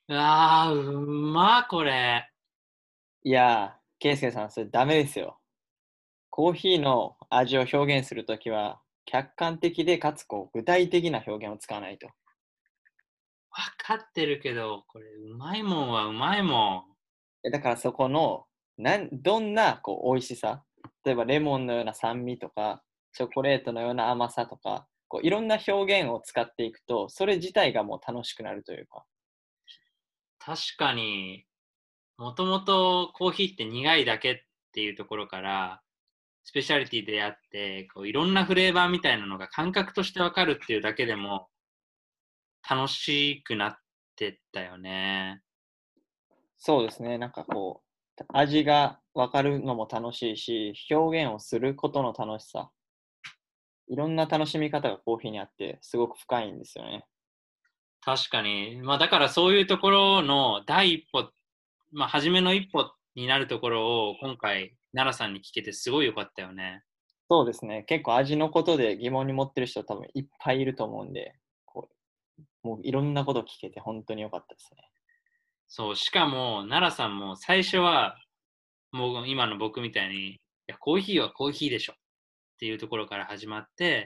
うわー、これ。 いやー、ケイスケさん、それダメですよ。コーヒーの味を表現するときは、客観的でかつ具体的な表現を使わないと。 わかってるけど、これ、うまいもんはうまいもん。 だからそこの、どんな美味しさ、例えばレモンのような酸味とか、チョコレートのような甘さとか、いろんな表現を使っていくと、それ自体がもう楽しくなるというか。 確かに、もともとコーヒーって苦いだけっていうところから、スペシャリティであって、いろんなフレーバーみたいなのが感覚としてわかるっていうだけでも楽しくなってったよね。 そうですね、味がわかるのも楽しいし、表現をすることの楽しさ。いろんな楽しみ方がコーヒーにあって、すごく深いんですよね。 確かに。だからそういうところの第一歩、初めの一歩になるところを今回、奈良さんに聞けてすごい良かったよね。 そうですね。結構味のことで疑問に持ってる人多分いっぱいいると思うんで、もういろんなこと聞けて本当に良かったですね。 そう、しかも、奈良さんも最初は、もう今の僕みたいに、いや、コーヒーはコーヒーでしょっていうところから始まって、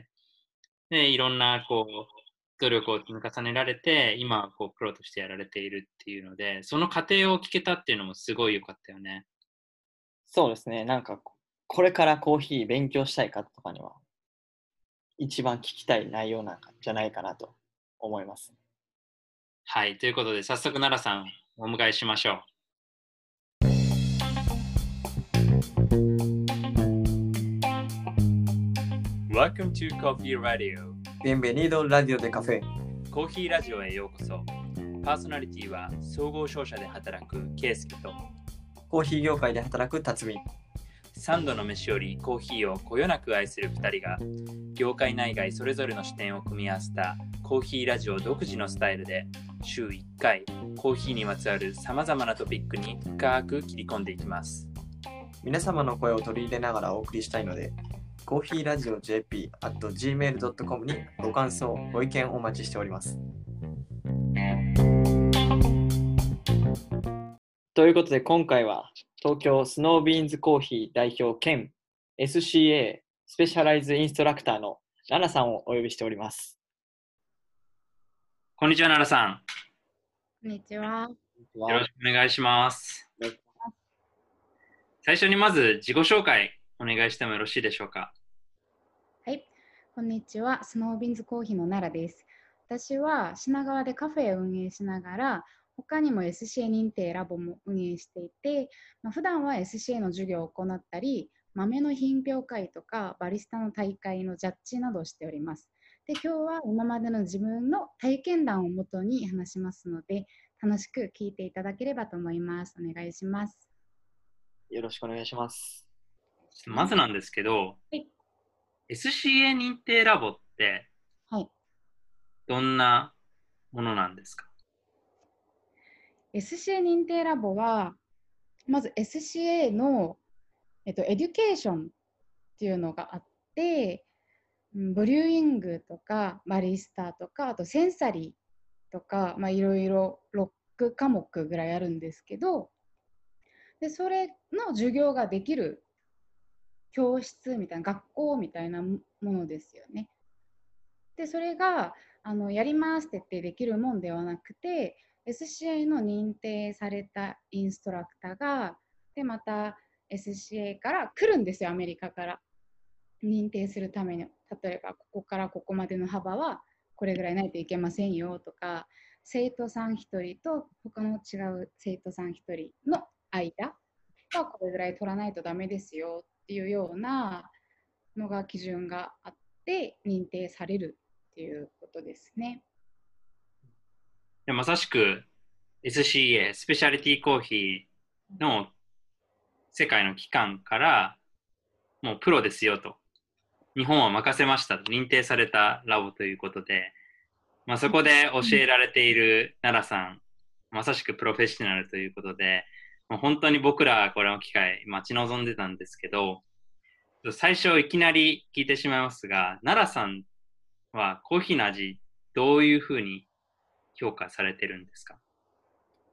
で、いろんな、努力を積み重ねられて、今はプロとしてやられているっていうので、その過程を聞けたっていうのもすごい良かったよね。 そうですね。これからコーヒー勉強したい方とかには、一番聞きたい内容なんかじゃないかなと思います。 はい、ということで、早速奈良さんお迎えしましょう。Welcome to Coffee Radio. Bienvenido Radio de Café。 コーヒーラジオへようこそ。パーソナリティは総合商社で働くケイスケとコーヒー業界で働く辰巳。 3度の飯よりコーヒーをこよなく愛する2人が業界内外それぞれの視点を組み合わせたコーヒーラジオ独自のスタイルで週1回コーヒーにまつわるさまざまなトピックに深く切り込んでいきます。 皆様の声を取り入れながらお送りしたいので、コーヒーラジオ JP@gmail.com にご感想、ご意見お待ちしております。ということで今回は東京スノービーンズコーヒー代表兼 SCA スペシャライズインストラクターのラナさんをお呼びしております。 こんにちは、奈良さん。 こんにちは。 よろしくお願いします。最初にまず自己紹介お願いしてもよろしいでしょうか。 はい、こんにちは。スノービンズコーヒーの奈良です。私は品川でカフェを運営しながら、他にも SCA 認定ラボも運営していて、普段は SCA の授業を行ったり、豆の品評会とかバリスタの大会のジャッジなどをしております。で、今日は今までの自分の体験談をもとに話しますので、楽しく聞いていただければと思います。お願いします。 よろしくお願いします。 まずなんですけど、 はい、 SCA 認定ラボってはい、 どんなものなんですか？ SCA 認定ラボは、まず SCA の、エデュケーションっていうのがあって、ブリューイングとかバリスタとか、あとセンサリーとか、いろいろ6科目ぐらいあるんですけど、でそれの授業ができる教室みたいな、学校みたいなものですよね。でそれがやりますって言ってできるもんではなくて、 SCA の認定されたインストラクターがでまた SCA から来るんですよ、アメリカから認定するために。例えばここからここまでの幅はこれぐらいないといけませんよとか、生徒さん1人と他の違う生徒さん1人の間はこれぐらい取らないとダメですよっていうようなのが基準があって認定されるっていうことですね。 まさしく SCA、スペシャリティコーヒーの世界の機関からもうプロですよと。日本は任せましたと認定されたラボということで、そこで教えられている奈良さん、まさしくプロフェッショナルということで、もう本当に僕らこれの機会待ち望んでたんですけど、最初いきなり聞いてしまいますが、奈良さんはコーヒーの味どういうふうに評価されてるんですか？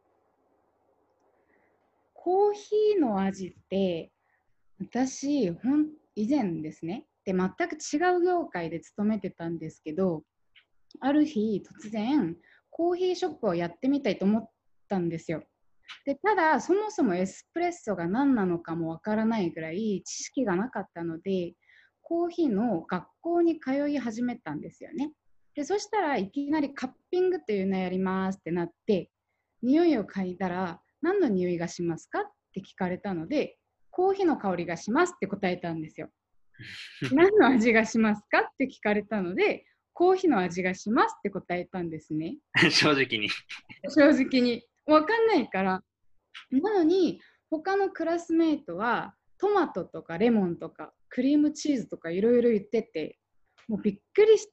コーヒーの味って私以前ですねで全く違う業界で勤めてたんですけど、ある日突然コーヒーショップをやってみたいと思ったんですよ。でただそもそもエスプレッソが何なのかもわからないぐらい知識がなかったので、コーヒーの学校に通い始めたんですよね。でそしたらいきなりカッピングというのやりますってなって、匂いを嗅いだら何の匂いがしますかって聞かれたので、コーヒーの香りがしますって答えたんですよ。何の味がしますかって聞かれたので、コーヒーの味がしますって答えたんですね。 正直に。 正直に。わかんないから。なのに、他のクラスメイトはトマトとかレモンとかクリームチーズとかいろいろ言ってて、もうびっくりして、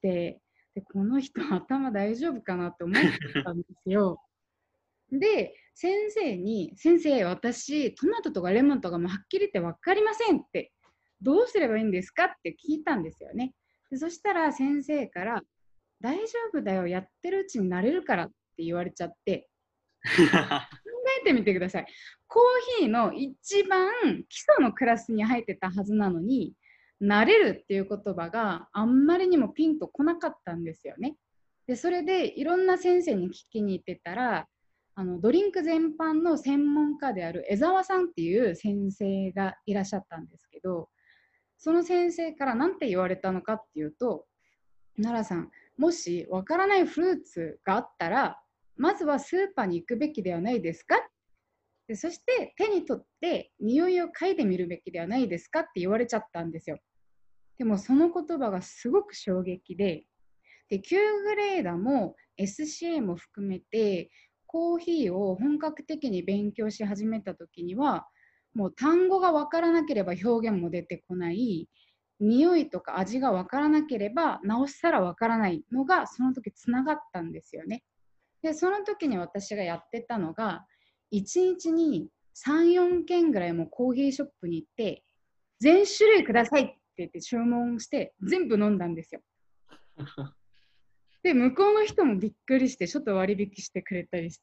でこの人頭大丈夫かなって思ったんですよ。で、先生に、先生、私、トマトとかレモンとかもはっきり言って分かりませんって、どうすればいいんですかって聞いたんですよね。でそしたら先生から、大丈夫だよ、やってるうちになれるからって言われちゃって、考えてみてください。コーヒーの一番基礎のクラスに入ってたはずなのに、慣れるっていう言葉があんまりにもピンとこなかったんですよね。でそれでいろんな先生に聞きに行ってたら、ドリンク全般の専門家である江澤さんっていう先生がいらっしゃったんですけど、その先生から何て言われたのかっていうと、奈良さん、もしわからないフルーツがあったら、まずはスーパーに行くべきではないですか。でそして手に取って匂いを嗅いでみるべきではないですかって言われちゃったんですよ。でもその言葉がすごく衝撃で、Q グレーダも SCA も含めてコーヒーを本格的に勉強し始めた時には、もう単語が分からなければ表現も出てこない、匂いとか味が分からなければなおさら分からないのがその時つながったんですよね。でその時に私がやってたのが、1日に3、4軒ぐらいもコーヒーショップに行って、全種類くださいって言って注文して全部飲んだんですよ。で向こうの人もびっくりしてちょっと割引してくれたりして、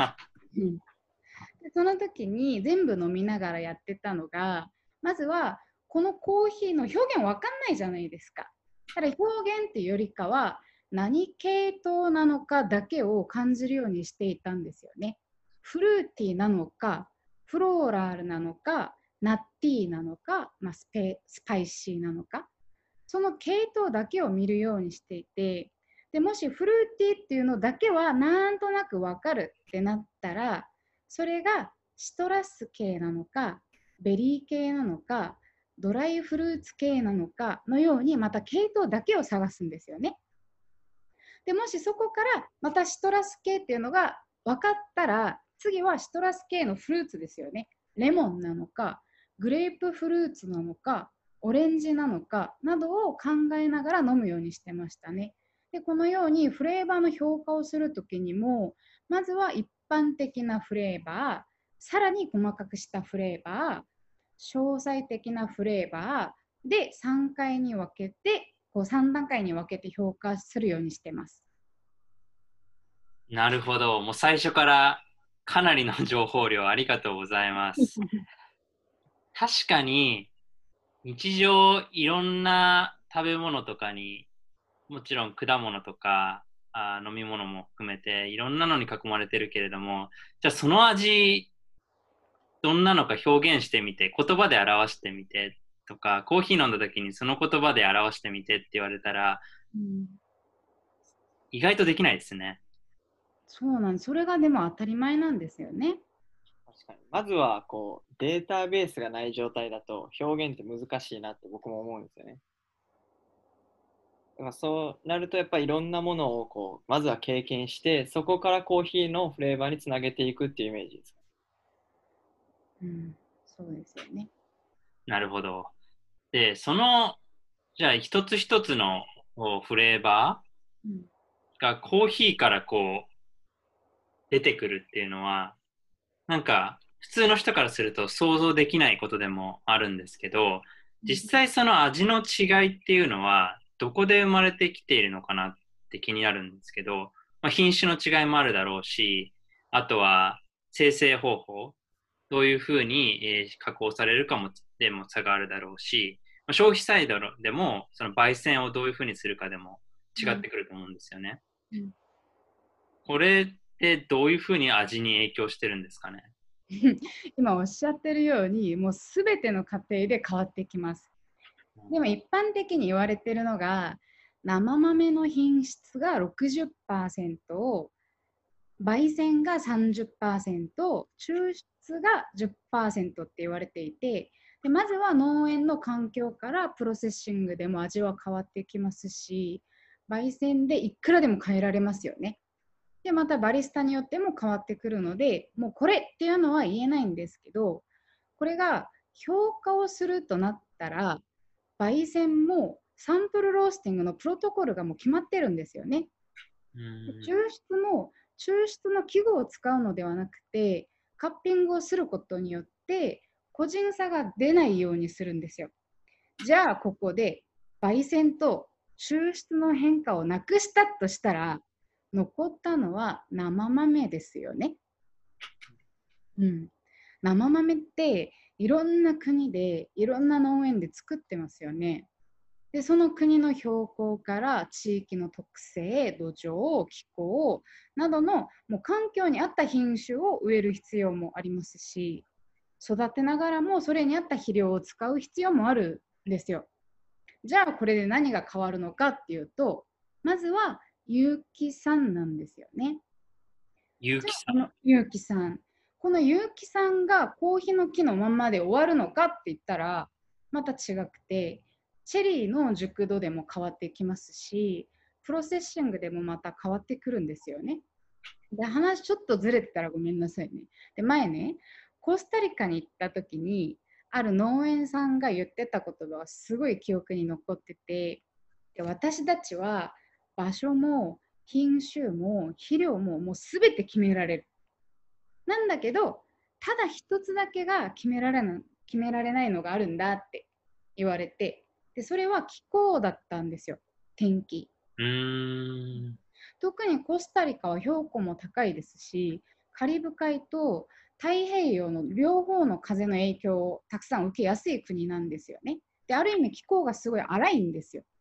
でその時に全部飲みながらやってたのが、まずはこのコーヒーの表現わかんないじゃないですか。ただ表現っていうよりかは何系統なのかだけを感じるようにしていたんですよね。フルーティーなのか、フローラルなのか、ナッティーなのか、スパイシーなのか、その系統だけを見るようにしていて、でもしフルーティーっていうのだけはなんとなく分かるってなったら、それがシトラス系なのか、ベリー系なのか、ドライフルーツ系なのかのように、また系統だけを探すんですよね。でもしそこからまたシトラス系っていうのが分かったら、次はシトラス系のフルーツですよね。レモンなのか、グレープフルーツなのか、オレンジなのかなどを考えながら飲むようにしてましたね。でこのようにフレーバーの評価をするときにも、まずは一般的なフレーバー、さらに細かくしたフレーバー、詳細的なフレーバーで3回に分けて、3段階に分けて評価するようにしてます。 なるほど。もう最初からかなりの情報量ありがとうございます。確かに日常いろんな食べ物とかに、もちろん果物とか飲み物も含めていろんなのに囲まれてるけれども、じゃあその味どんなのか表現してみて、言葉で表してみてとか、コーヒー飲んだ時にその言葉で表してみてって言われたら、意外とできないですね。 そうなんです。それがでも当たり前なんですよね。 確かに。まずはデータベースがない状態だと表現って難しいなって僕も思うんですよね。だからそうなるとやっぱりいろんなものをまずは経験して、そこからコーヒーのフレーバーにつなげていくっていうイメージですか。 そうですよね。 なるほど。で、じゃあ一つ一つのフレーバーがコーヒーから出てくるっていうのは、なんか普通の人からすると想像できないことでもあるんですけど、実際その味の違いっていうのはどこで生まれてきているのかなって気になるんですけど、品種の違いもあるだろうし、あとは生成方法、 どういうふうに、加工されるかもでも差があるだろうし、消費サイドでもその焙煎をどういうふうにするかでも違ってくると思うんですよね。 うん、 これってどういうふうに味に影響してるんですかね。 今おっしゃってるように、もうすべての過程で変わってきます。でも一般的に言われてるのが、生豆の品質が 60%、焙煎が 30%、抽出が 10% って言われていて、でまずは農園の環境からプロセッシングでも味は変わってきますし、焙煎でいくらでも変えられますよね。で、またバリスタによっても変わってくるので、もうこれっていうのは言えないんですけど、これが評価をするとなったら、焙煎もサンプルロースティングのプロトコルがもう決まってるんですよね。抽出も抽出の器具を使うのではなくて、カッピングをすることによって個人差が出ないようにするんですよ。じゃあここで焙煎と抽出の変化をなくしたとしたら、残ったのは生豆ですよね。うん、生豆っていろんな国でいろんな農園で作ってますよね。で、その国の標高から地域の特性、土壌、気候などのもう環境に合った品種を植える必要もありますし、育てながらもそれに合った肥料を使う必要もあるんですよ。じゃあこれで何が変わるのかっていうと、まずは有機酸なんですよね。 有機酸。 じゃあこの有機酸。この有機酸がコーヒーの木のままで終わるのかって言ったら、また違くて、チェリーの熟度でも変わってきますし、プロセッシングでもまた変わってくるんですよね。で、話ちょっとずれてたらごめんなさいね。で、前ね、コスタリカに行った時に、ある農園さんが言ってた言葉はすごい記憶に残ってて、で私たちは場所も品種も肥料ももう全て決められる。なんだけど、ただ一つだけが決められないのがあるんだって言われて、でそれは気候だったんですよ、天気。特にコスタリカは標高も高いですし、カリブ海と太平洋の両方の風の影響をたくさん受けやすい国なんですよね。で、ある意味気候がすごい荒いんですよ。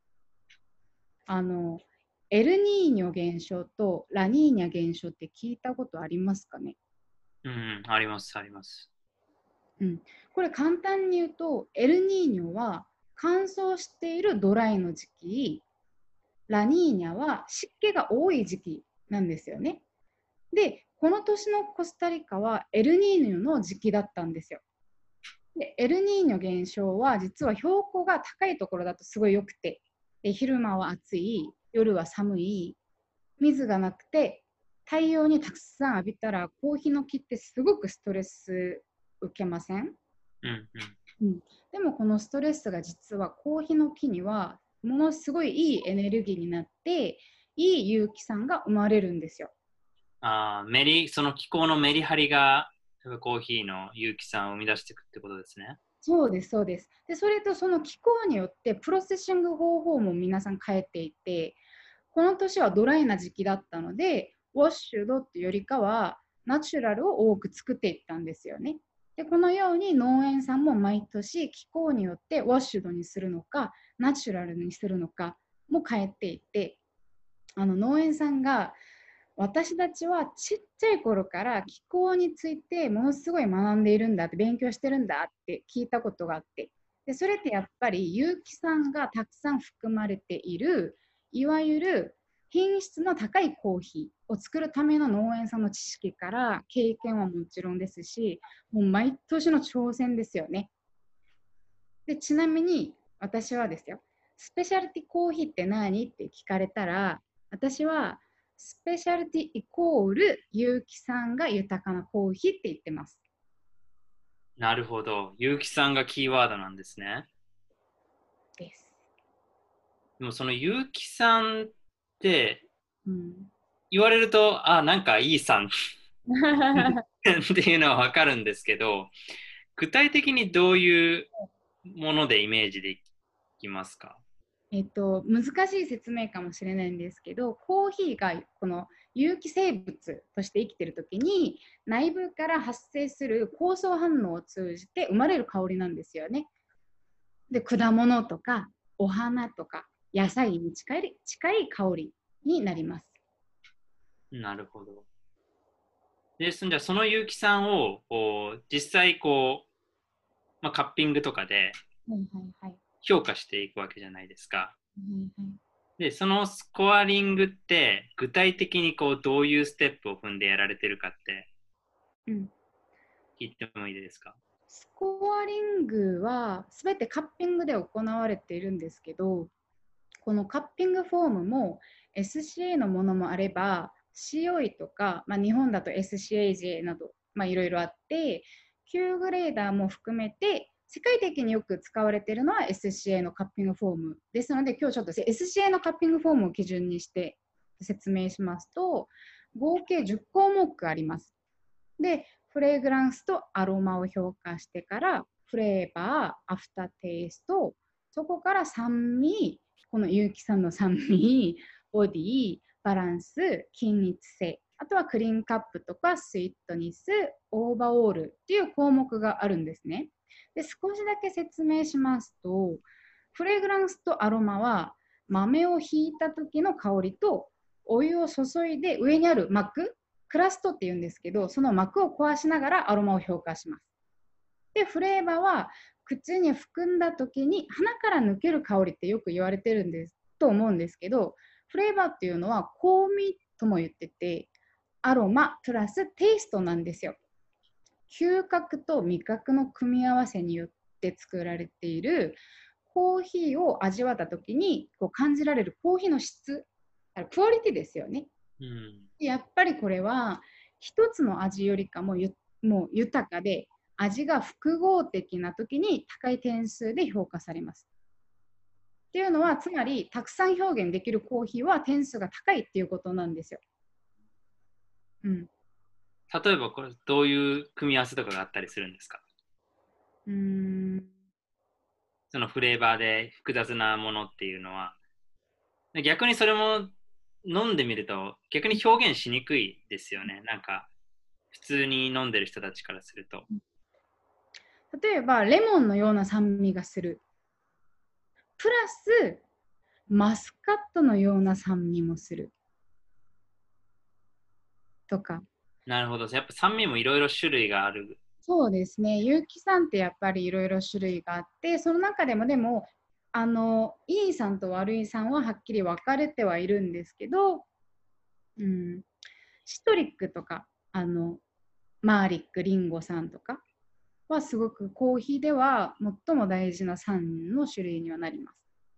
エルニーニョ現象とラニーニャ現象って聞いたことありますかね。 あります、あります。 これ簡単に言うと、エルニーニョは乾燥しているドライの時期、ラニーニャは湿気が多い時期なんですよね。で、この年のコスタリカはエルニーニョの時期だったんですよ。で、エルニーニョ現象は実は標高が高いところだとすごい良くて、で昼間は暑い、夜は寒い、水がなくて、太陽にたくさん浴びたらコーヒーの木ってすごくストレス受けません？でもこのストレスが実はコーヒーの木にはものすごいいいエネルギーになって、いい有機酸が生まれるんですよ。 その気候のメリハリがコーヒーの有機酸を生み出していくってことですね。 そうです、そうです。で、それとその気候によってプロセッシング方法も皆さん変えていて、この年はドライな時期だったので、ウォッシュドっていうよりかはナチュラルを多く作っていったんですよね。で、このように農園さんも毎年気候によってウォッシュドにするのか、ナチュラルにするのかも変えていて、農園さんが私たちはちっちゃい頃から気候についてものすごい学んでいるんだって、勉強してるんだって聞いたことがあって、でそれってやっぱり有機酸がたくさん含まれている、いわゆる品質の高いコーヒーを作るための農園さんの知識から経験はもちろんですし、もう毎年の挑戦ですよね。でちなみに私はですよ、スペシャルティコーヒーって何って聞かれたら、私はスペシャルティイコール有機酸が豊かなコーヒーって言ってます。 なるほど。有機酸がキーワードなんですね。 です。 でもその有機酸って言われると、なんかいい酸っていうのはわかるんですけど、具体的にどういうものでイメージできますか？ 難しい説明かもしれないんですけど、コーヒーがこの有機生物として生きているときに内部から発生する酵素反応を通じて生まれる香りなんですよね。で、果物とかお花とか野菜に近い香りになります。 なるほど。で、じゃあその有機酸を実際こう、カッピングとかではいはいはい。 評価していくわけじゃないですか。 はいはい。 で、そのスコアリングって具体的にこうどういうステップを踏んでやられてるかって聞いてもいいですか？ スコアリングは全てカッピングで行われているんですけど、このカッピングフォームも SCA のものもあれば COE とか、日本だと SCAJ など、いろいろあって Q グレーダーも含めて世界的によく使われているのは SCA のカッピングフォームですので、今日ちょっと SCA のカッピングフォームを基準にして説明しますと、合計10項目あります。で、フレグランスとアロマを評価してから、フレーバー、アフターテイスト、そこから酸味、この有機酸の酸味、ボディ、バランス、均一性、あとはクリーンカップとかスイートニス、オーバーオールっていう項目があるんですね。で、少しだけ説明しますと、フレグランスとアロマは豆をひいた時の香りとお湯を注いで上にある膜、クラストっていうんですけど、その膜を壊しながらアロマを評価します。で、フレーバーは口に含んだ時に鼻から抜ける香りってよく言われてるんですと思うんですけど、フレーバーっていうのは香味とも言ってて、アロマプラステイストなんですよ。嗅覚と味覚の組み合わせによって作られているコーヒーを味わった時にこう感じられるコーヒーの質、クオリティですよね。やっぱりこれは一つの味よりかももう豊かで、味が複合的な時に高い点数で評価されます。っていうのは、つまりたくさん表現できるコーヒーは点数が高いっていうことなんですよ。 例えばこれどういう組み合わせとかがあったりするんですか？そのフレーバーで複雑なものっていうのは、逆にそれも飲んでみると逆に表現しにくいですよね。なんか普通に飲んでる人たちからすると。 例えばレモンのような酸味がする。プラスマスカットのような酸味もする。とか。 なるほど。やっぱ酸味もいろいろ種類がある。 そうですね。有機酸ってやっぱりいろいろ種類があって、その中でもいい酸と悪い酸ははっきり分かれてはいるんですけど、シトリックとか、マーリック、リンゴ酸とかはすごくコーヒーでは最も大事な酸の種類にはなります。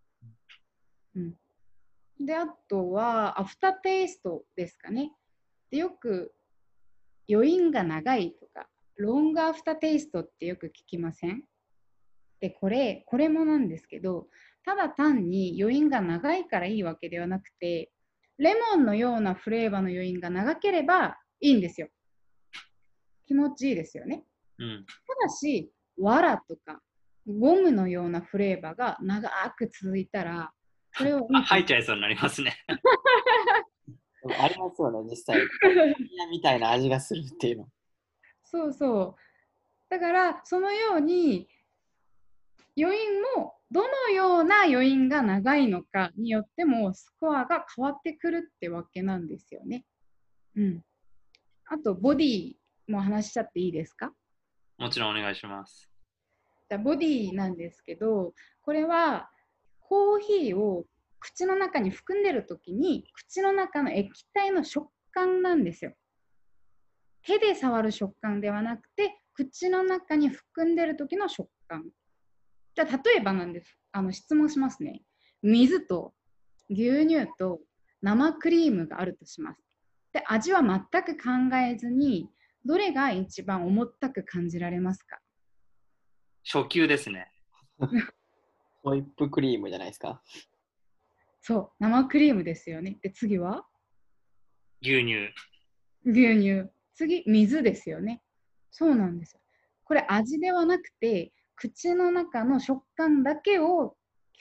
で、あとはアフターテイストですかね。で、よく余韻が長いとか、ロングアフターテイストってよく聞きません？で、これもなんですけど、ただ単に余韻が長いからいいわけではなくて、レモンのようなフレーバーの余韻が長ければいいんですよ。気持ちいいですよね。ただし、藁とかゴムのようなフレーバーが長く続いたら、それを吐いちゃいそうになりますね。 ありますよね、実際。みたいな味がするっていうの。 そうそう。だから、そのように、余韻もどのような余韻が長いのかによってもスコアが変わってくるってわけなんですよね。あと、ボディも話しちゃっていいですか？ もちろんお願いします。 ボディなんですけど、これはコーヒーを口の中に含んでるときに口の中の液体の食感なんですよ。手で触る食感ではなくて、口の中に含んでる時の食感。じゃあ例えばなんです。質問しますね。水と牛乳と生クリームがあるとします。で、味は全く考えずに、どれが一番重たく感じられますか？ 初級ですね。 ホイップクリームじゃないですか。 そう、生クリームですよね。で、次は牛乳。 牛乳。次、水ですよね。そうなんですよ。これ味ではなくて、口の中の食感だけを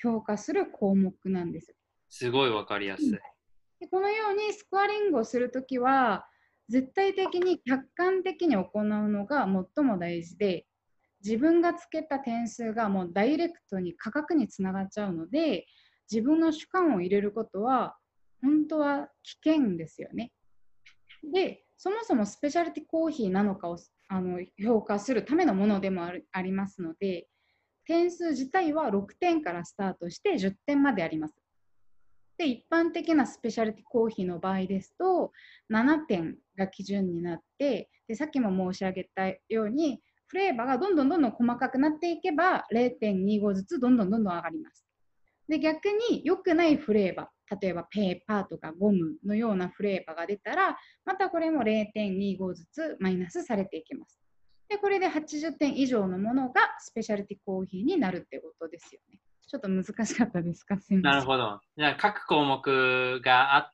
評価する項目なんです。 すごいわかりやすい。 でこのようにスコアリングをするときは、絶対的に客観的に行うのが最も大事で、自分がつけた点数がもうダイレクトに価格につながっちゃうので、自分の主観を入れることは本当は危険ですよね。で、そもそもスペシャルティコーヒーなのかを評価するためのものでもありますので、点数自体は6点からスタートして10点まであります。で、一般的なスペシャルティコーヒーの場合ですと、7点が基準になって、でさっきも申し上げたように、フレーバーがどんどん細かくなっていけば、0.25ずつどんどん上がります。で、逆に良くないフレーバー、例えばペーパーとかゴムのようなフレーバーが出たら、またこれも0.25ずつマイナスされていきます。で、これで80点以上のものがスペシャルティコーヒーになるってことですよね。ちょっと難しかったですか？すみません。 なるほど。じゃあ各項目があって、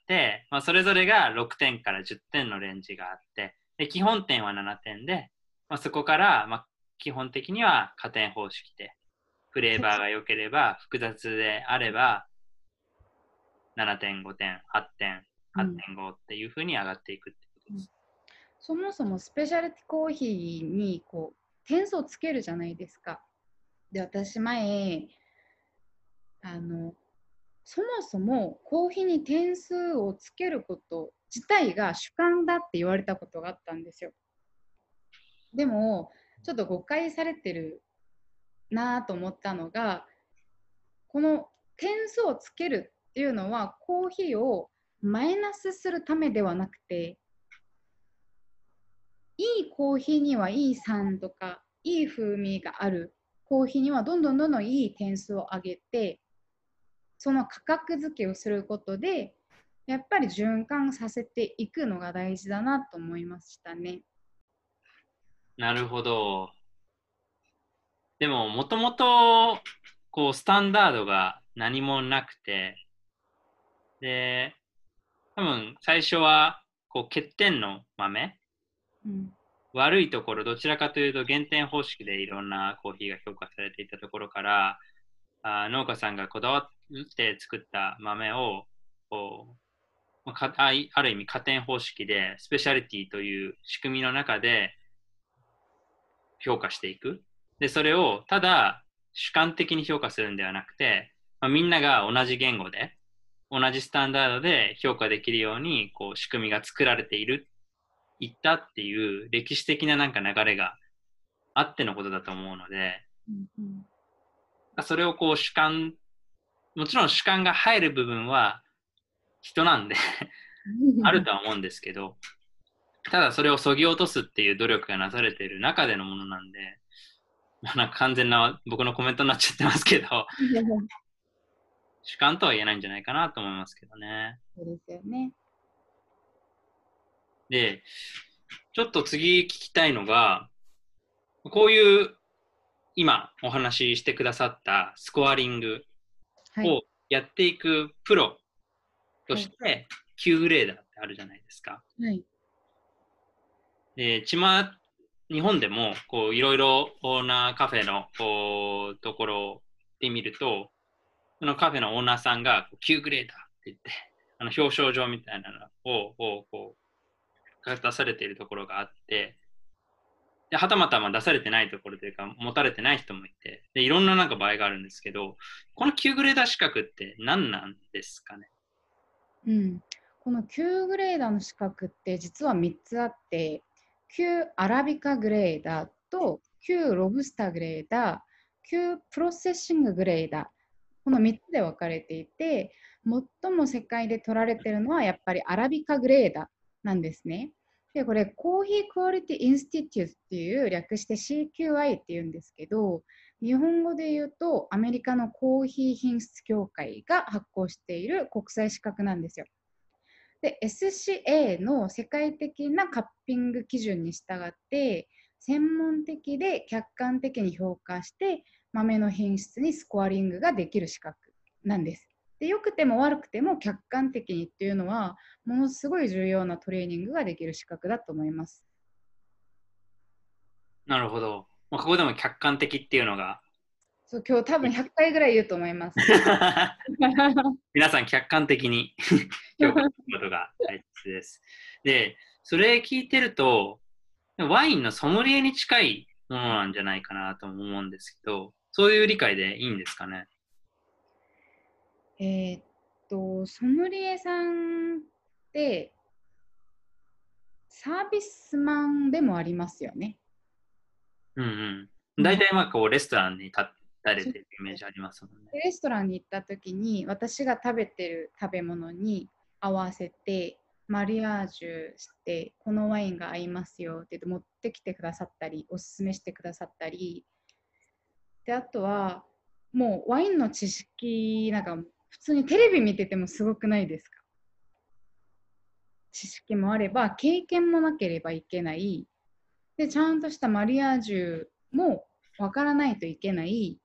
それぞれが6点から10点のレンジがあって、で基本点は7点で、そこから、基本的には加点方式で、フレーバーが良ければ、複雑であれば、7.5点、8点、8.5っていうふうに上がっていくってことです。 そもそもスペシャルティコーヒーに点数をつけるじゃないですか。で、私前、そもそもコーヒーに点数をつけること自体が主観だって言われたことがあったんですよ。でも、ちょっと誤解されてるなと思ったのが、この点数をつけるっていうのはコーヒーをマイナスするためではなくて、いいコーヒーにはいい酸とかいい風味があるコーヒーにはどんどんいい点数を上げて、その価格付けをすることでやっぱり循環させていくのが大事だなと思いましたね。 なるほど。でも、もともと、スタンダードが何もなくて、で、多分、最初は、欠点の豆、悪いところ、どちらかというと、減点方式でいろんなコーヒーが評価されていたところから、農家さんがこだわって作った豆を、ある意味加点方式で、スペシャリティという仕組みの中で評価していく。で、それをただ主観的に評価するんではなくて、みんなが同じ言語で、同じスタンダードで評価できるように、仕組みが作られていったっていう歴史的な流れがあってのことだと思うので、それを主観、もちろん主観が入る部分は人なんであるとは思うんですけど、ただそれを削ぎ落とすっていう努力がなされている中でのものなんで、なんか完全な僕のコメントになっちゃってますけど、主観とは言えないんじゃないかなと思いますけどね。 そうですよね。 で、ちょっと次聞きたいのが、こういう今お話ししてくださったスコアリングをやっていくプロとして、Q グレーダーってあるじゃないですか。 はい。 で、日本でもいろいろなカフェのところで見ると、そのカフェのオーナーさんがQ グレーダーって言って、表彰状みたいなのを出されているところがあって、ではたまた出されてないところというか、持たれてない人もいて、でいろんな場合があるんですけど、このQグレーダー資格って何なんですかね？ このQグレーダーの資格って実は3つあって、Qアラビカグレーダーと Qロブスターグレーダー、Qプロセッシンググレーダー、この3つで分かれていて、最も世界で取られているのはやっぱりアラビカグレーダーなんですね。で、これコーヒークオリティインスティテュートっていう略して CQI っていうんですけど、日本語で言うとアメリカのコーヒー品質協会が発行している国際資格なんですよ。で、SCA の世界的なカッピング基準に従って専門的で客観的に評価して豆の品質にスコアリングができる資格なんです。で、良くても悪くても客観的にっていうのはものすごい重要なトレーニングができる資格だと思います。 なるほど。ここでも客観的っていうのがそう、今日多分100回ぐらい言うと思います。 皆さん客観的に評価することが大切です。で、それ聞いてると、ワインのソムリエに近いものなんじゃないかなと思うんですけど、そういう理解でいいんですかね。 ソムリエさんってサービスマンでもありますよね。 うんうん。大体こうレストランに立たれてるイメージありますもんね。 レストランに行った時に私が食べてる食べ物に合わせてマリアージュしてこのワインが合いますよって言って持ってきてくださったりおすすめしてくださったりであとはもうワインの知識なんか普通にテレビ見ててもすごくないですか？知識もあれば経験もなければいけないでちゃんとしたマリアージュもわからないといけない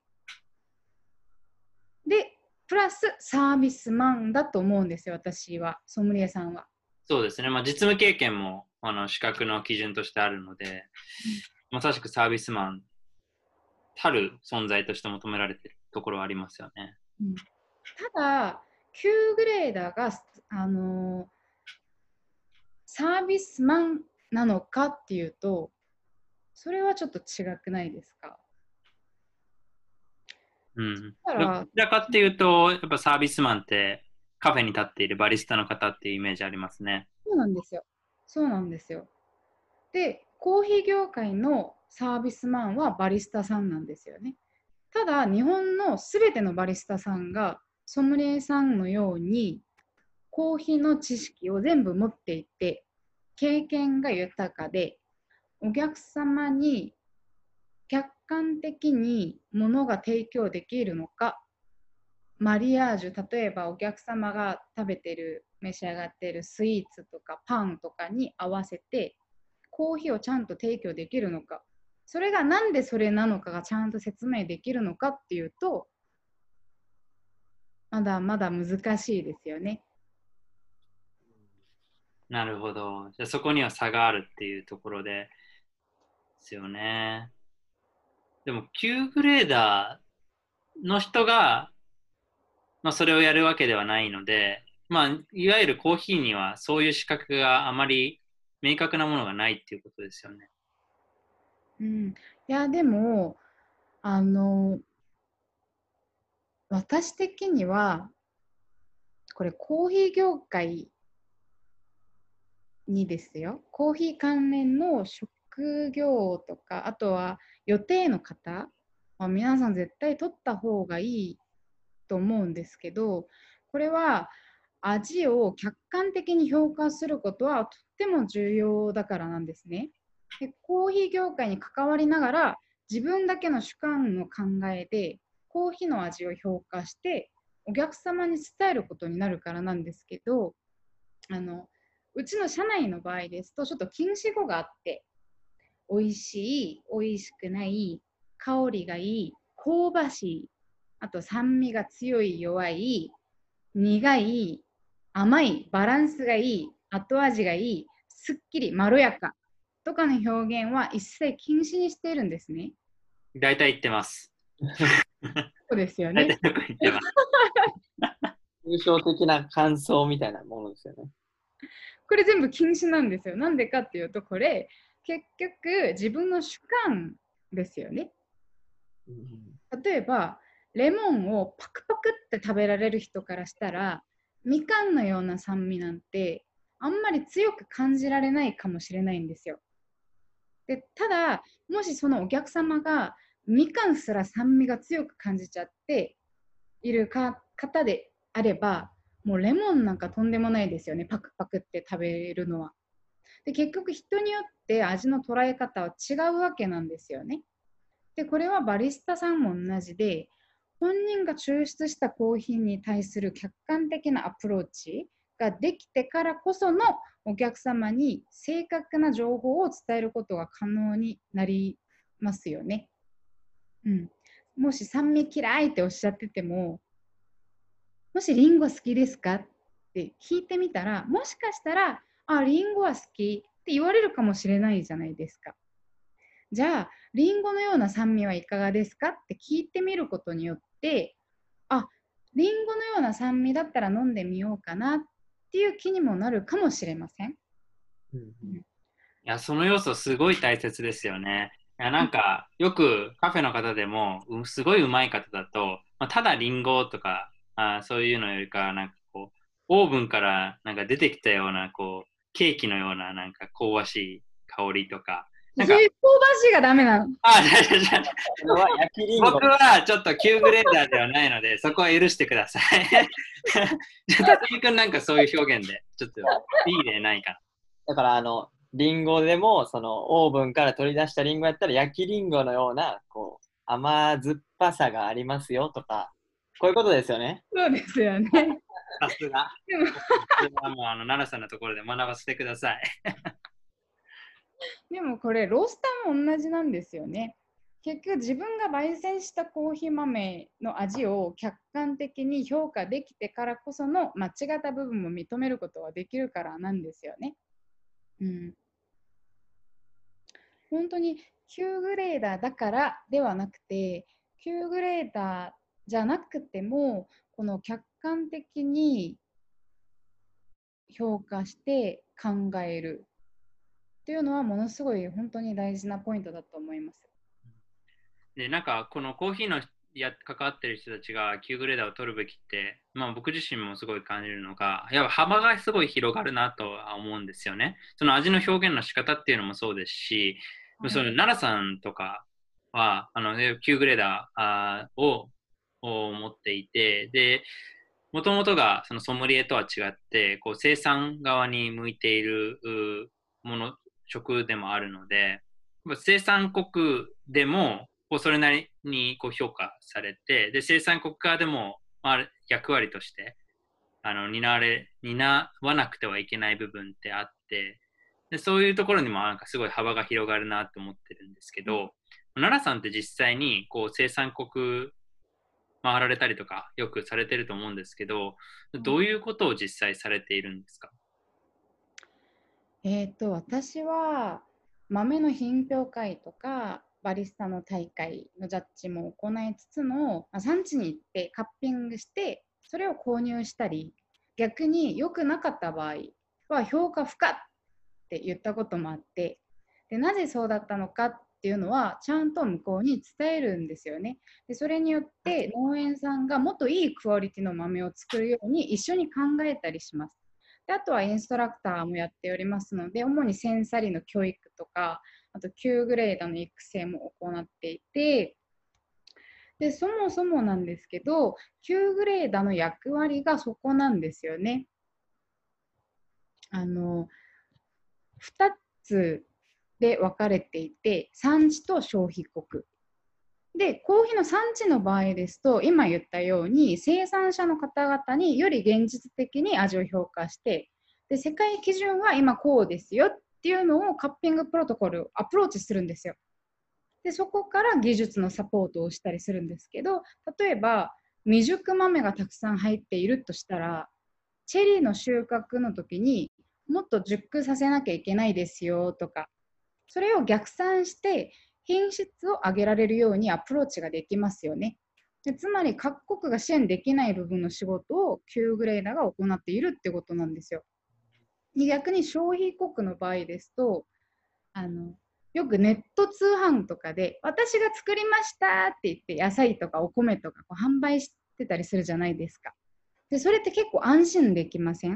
でプラスサービスマンだと思うんですよ、私は、ソムリエさんは。 そうですね。実務経験も資格の基準としてあるので、まさしくサービスマンたる存在として求められているところはありますよね。 ただ、Q グレーダーが、サービスマンなのかっていうと、それはちょっと違くないですか？ うん。 だからどちらかっていうと、やっぱサービスマンってカフェに立っているバリスタの方っていうイメージありますね。 そうなんですよ。そうなんですよ。で、コーヒー業界のサービスマンはバリスタさんなんですよね。ただ、日本のすべてのバリスタさんがソムリエさんのようにコーヒーの知識を全部持っていて、経験が豊かで、お客様に客観的に物が提供できるのか、マリアージュ、例えばお客様が食べてる、召し上がっているスイーツとかパンとかに合わせて、コーヒーをちゃんと提供できるのか、それがなんでそれなのかがちゃんと説明できるのかっていうと、まだまだ難しいですよね。 なるほど。じゃあそこには差があるっていうところですよね。でも、Q グレーダーの人が、それをやるわけではないので、いわゆるコーヒーにはそういう資格があまり明確なものがないっていうことですよね。 うん、いや、でも、あの、私的には、これコーヒー業界にですよ、コーヒー関連の職業とか、あとは予定の方は皆さん絶対取った方がいいと思うんですけど、これは味を客観的に評価することはとっても重要だからなんですね。でコーヒー業界に関わりながら自分だけの主観の考えでコーヒーの味を評価してお客様に伝えることになるからなんですけど、うちの社内の場合ですとちょっと禁止語があって、美味しい、美味しくない、香りがいい、香ばしい、あと酸味が強い、弱い、苦い、甘い、バランスがいい、後味がいい、すっきり、まろやかとかの表現は一切禁止にしているんですね。 大体言ってます。 そうですよね。 大体よく言ってます。 抽象的な感想みたいなものですよね。 これ全部禁止なんですよ。なんでかっていうと、これ結局自分の主観ですよね。例えば、レモンをパクパクって食べられる人からしたら、みかんのような酸味なんてあんまり強く感じられないかもしれないんですよ。でただ、もしそのお客様がみかんすら酸味が強く感じちゃっている方であれば、もうレモンなんかとんでもないですよね、パクパクって食べるのは。で結局人によって味の捉え方は違うわけなんですよね。でこれはバリスタさんも同じで、本人が抽出したコーヒーに対する客観的なアプローチができてからこそのお客様に正確な情報を伝えることが可能になりますよね。うん、もし酸味嫌いっておっしゃってても、もしリンゴ好きですかって聞いてみたら、もしかしたら、あ、リンゴは好きって言われるかもしれないじゃないですか。 じゃあリンゴのような酸味はいかがですかって聞いてみることによって、あ、リンゴのような酸味だったら飲んでみようかなっていう気にもなるかもしれません。 うんうんいや、その要素すごい大切ですよね。いや、なんか、よくカフェの方でも、すごいうまい方だと、まあ、ただリンゴとか、そういうのよりか、なんかこう、オーブンからなんか出てきたような、こう、ケーキのような、なんか香ばしい香りとか、なんか、 そういう香ばしいがダメなの。 じゃあそれは焼きリンゴ。 僕はちょっと9グレーダーではないので、そこは許してください。じゃあ、辰巳君なんかそういう表現で、ちょっといい例ないかだからリンゴでもそのオーブンから取り出したリンゴやったら焼きリンゴのようなこう甘酸っぱさがありますよとか、こういうことですよね。 そうですよね。 な。さすが。 でも、 これはもう奈良さんのところで学ばせてください。 でもこれロースターも同じなんですよね。結局自分が焙煎したコーヒー豆の味を客観的に評価できてからこその間違った部分も認めることができるからなんですよね。うん、本当に9グレーダーだからではなくて、9グレーダーじゃなくてもこの客観的に評価して考えるっていうのはものすごい本当に大事なポイントだと思います。 で、なんか、このコーヒーの関わってる人たちが9グレーダーを取るべきって、まあ僕自身もすごい感じるのが、やっぱ幅がすごい広がるなとは思うんですよね。その味の表現の仕方っていうのもそうですし、その奈良さんとかは、9グレーダーを持っていて、で、もともとがそのソムリエとは違って、こう生産側に向いている食でもあるので、生産国でもこうそれなりにこう評価されて、で生産国側でも、まあ、役割として担わなくてはいけない部分ってあって、でそういうところにもなんかすごい幅が広がるなと思ってるんですけど、奈良さんって実際にこう生産国回られたりとかよくされてると思うんですけど、どういうことを実際されているんですか？ 私は豆の品評会とかバリスタの大会のジャッジも行いつつの、産地に行ってカッピングしてそれを購入したり、逆に良くなかった場合は評価不可って言ったこともあって、でなぜそうだったのかっていうのはちゃんと向こうに伝えるんですよね。でそれによって農園さんがもっといいクオリティの豆を作るように一緒に考えたりします。であとはインストラクターもやっておりますので、主にセンサリの教育とか、あと9グレードの育成も行っていて、でそもそもなんですけど、9グレードの役割がそこなんですよね。2つで分かれていて、産地と消費国。で、コーヒーの産地の場合ですと、今言ったように生産者の方々により現実的に味を評価して、で世界基準は今こうですよっていうのをカッピングプロトコルをアプローチするんですよ。でそこから技術のサポートをしたりするんですけど、例えば未熟豆がたくさん入っているとしたら、チェリーの収穫の時にもっと熟させなきゃいけないですよとか、それを逆算して品質を上げられるようにアプローチができますよね。でつまり各国が支援できない部分の仕事を9グレーダーが行っているってことなんですよ。逆に消費国の場合ですと、よくネット通販とかで私が作りましたって言って野菜とかお米とかこう販売してたりするじゃないですか。でそれって結構安心できません？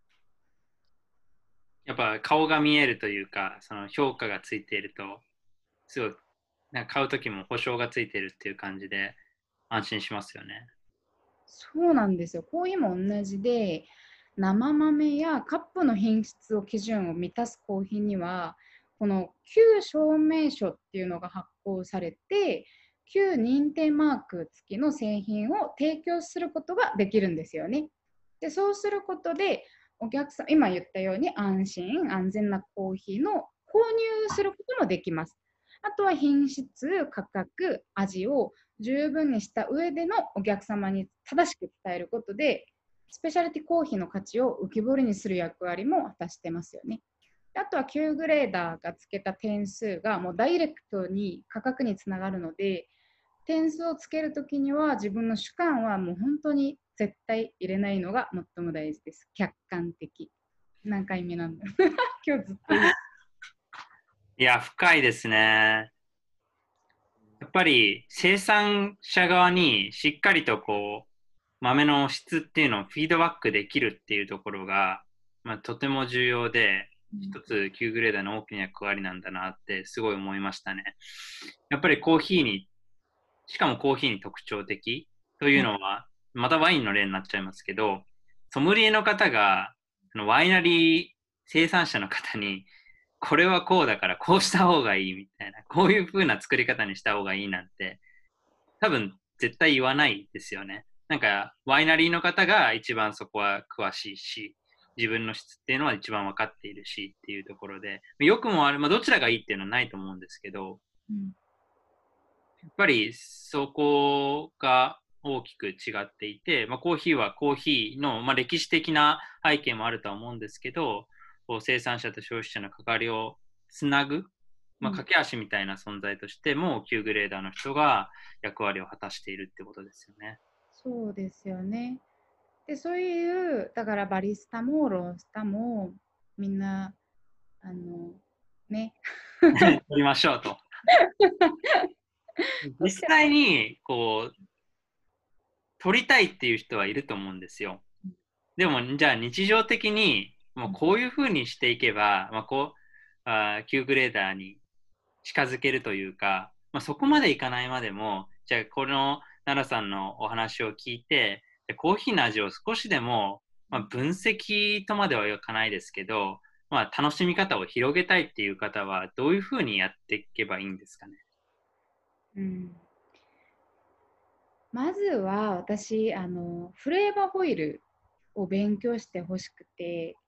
やっぱ顔が見えるというか、その評価がついていると、すごい、なんか買うときも保証がついているっていう感じで安心しますよね。 そうなんですよ。コーヒーも同じで、生豆やカップの品質を基準を満たすコーヒーには、この旧証明書っていうのが発行されて、旧認定マーク付きの製品を提供することができるんですよね。で、そうすることで、お客さん、今言ったように安心安全なコーヒーの購入することもできます。あとは品質、価格、味を十分にした上でのお客様に正しく伝えることで、スペシャリティコーヒーの価値を浮き彫りにする役割も果たしてますよね。 であとはQグレーダーがつけた点数がもうダイレクトに価格につながるので、点数をつけるときには自分の主観はもう本当に絶対入れないのが最も大事です。客観的。何回目なんだ今日ずっと言う。 いや、深いですね。やっぱり生産者側にしっかりとこう、豆の質っていうのをフィードバックできるっていうところが、とても重要で、一つQグレーダーの大きな役割なんだなってすごい思いましたね。やっぱりコーヒーに、しかもコーヒーに特徴的というのは、またワインの例になっちゃいますけど、ソムリエの方が、ワイナリー生産者の方に、これはこうだからこうした方がいいみたいな、こういう風な作り方にした方がいいなんて、多分絶対言わないですよね。なんか、ワイナリーの方が一番そこは詳しいし、自分の質っていうのは一番分かっているしっていうところで、良くもある、どちらがいいっていうのはないと思うんですけど、やっぱりそこが大きく違っていて、コーヒーはコーヒーの、歴史的な背景もあるとは思うんですけど、こう生産者と消費者の関わりをつなぐ、架け橋みたいな存在としても、Qグレーダーの人が役割を果たしているってことですよね。 そうですよね。で、そういう、だからバリスタもロースタもみんな、ね。 取りましょうと。実際に、こう、取りたいっていう人はいると思うんですよ。でも、じゃあ日常的に、もうこういうふうにしていけば、Qグレーダーに近づけるというか、そこまでいかないまでも、じゃあこの奈良さんのお話を聞いて、コーヒーの味を少しでも、分析とまではいかないですけど、楽しみ方を広げたいっていう方は、どういうふうにやっていけばいいんですかね。 まずは私フレーバーホイルを勉強してほしくて、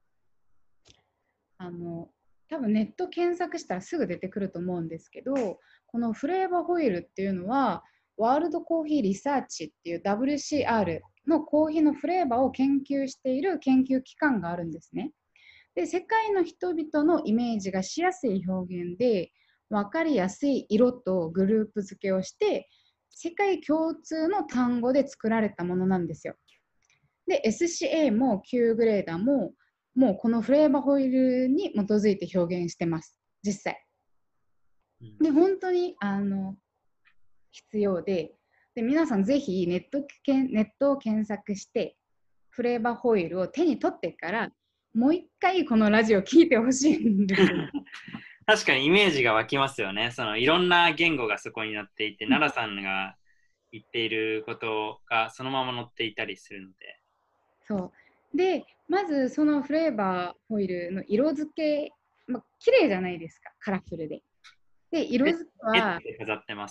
多分ネット検索したらすぐ出てくると思うんですけど、このフレーバーホイルっていうのはワールドコーヒーリサーチっていう WCR のコーヒーのフレーバーを研究している研究機関があるんですね。で、世界の人々のイメージがしやすい表現で分かりやすい色とグループ付けをして世界共通の単語で作られたものなんですよ。で、SCA も Q グレーダーももうこのフレーバーホイールに基づいて表現してます、実際。で、本当に必要で、皆さんぜひネットを検索してフレーバーホイールを手に取ってからもう一回このラジオを聞いてほしいんですよ。 確かにイメージが湧きますよね。そのいろんな言語がそこに載っていて、奈良さんが言っていることがそのまま載っていたりするので。 そうで、まずそのフレーバーホイールの色付け、綺麗じゃないですか、カラフルで。で、色付けは飾ってます。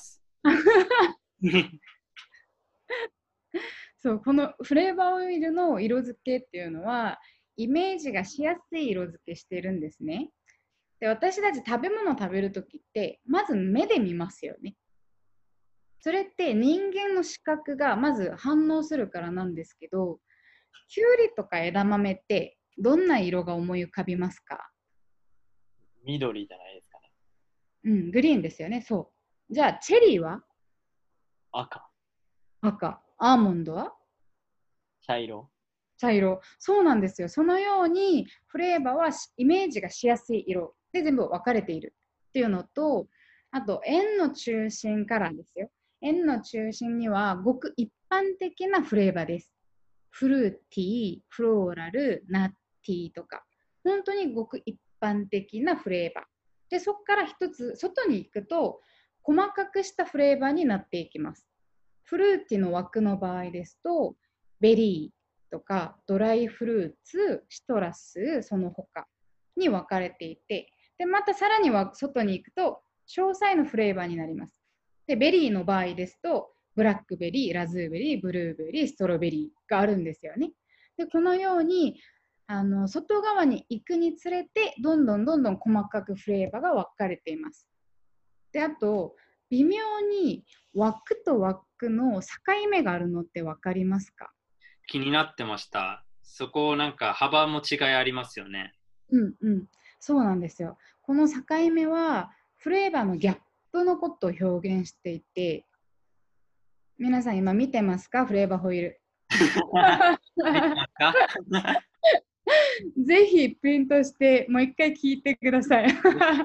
そうこのフレーバーオイルの色付けっていうのはイメージがしやすい色付けしてるんですね。で、私たち食べ物を食べるときってまず目で見ますよね。それって人間の視覚がまず反応するからなんですけど、キュウリとか枝豆ってどんな色が思い浮かびますか？ 緑じゃないですかね。 グリーンですよね。そう。じゃあチェリーは赤。 赤。アーモンドは茶色。 茶色。そうなんですよ。そのようにフレーバーはイメージがしやすい色で全部分かれているっていうのと、あと円の中心からですよ。円の中心にはごく一般的なフレーバーです。フルーティー、フローラル、ナッティーとか、本当にごく一般的なフレーバー。で、そこから一つ外に行くと細かくしたフレーバーになっていきます。フルーティーの枠の場合ですと、ベリーとかドライフルーツ、シトラス、その他に分かれていて、でまたさらには外に行くと詳細のフレーバーになります。で、ベリーの場合ですと、ブラックベリー、ラズベリー、ブルーベリー、ストロベリーがあるんですよね。で、このように外側に行くにつれてどんどん細かくフレーバーが分かれています。で、あと微妙に枠と枠の境目があるのって分かりますか？ 気になってました。そこなんか幅も違いありますよね。 そうなんですよ。この境目はフレーバーのギャップのことを表現していて、皆さん今見てますか？フレーバーホイール。 見てますか？ ぜひプリントしてもう一回聞いてください。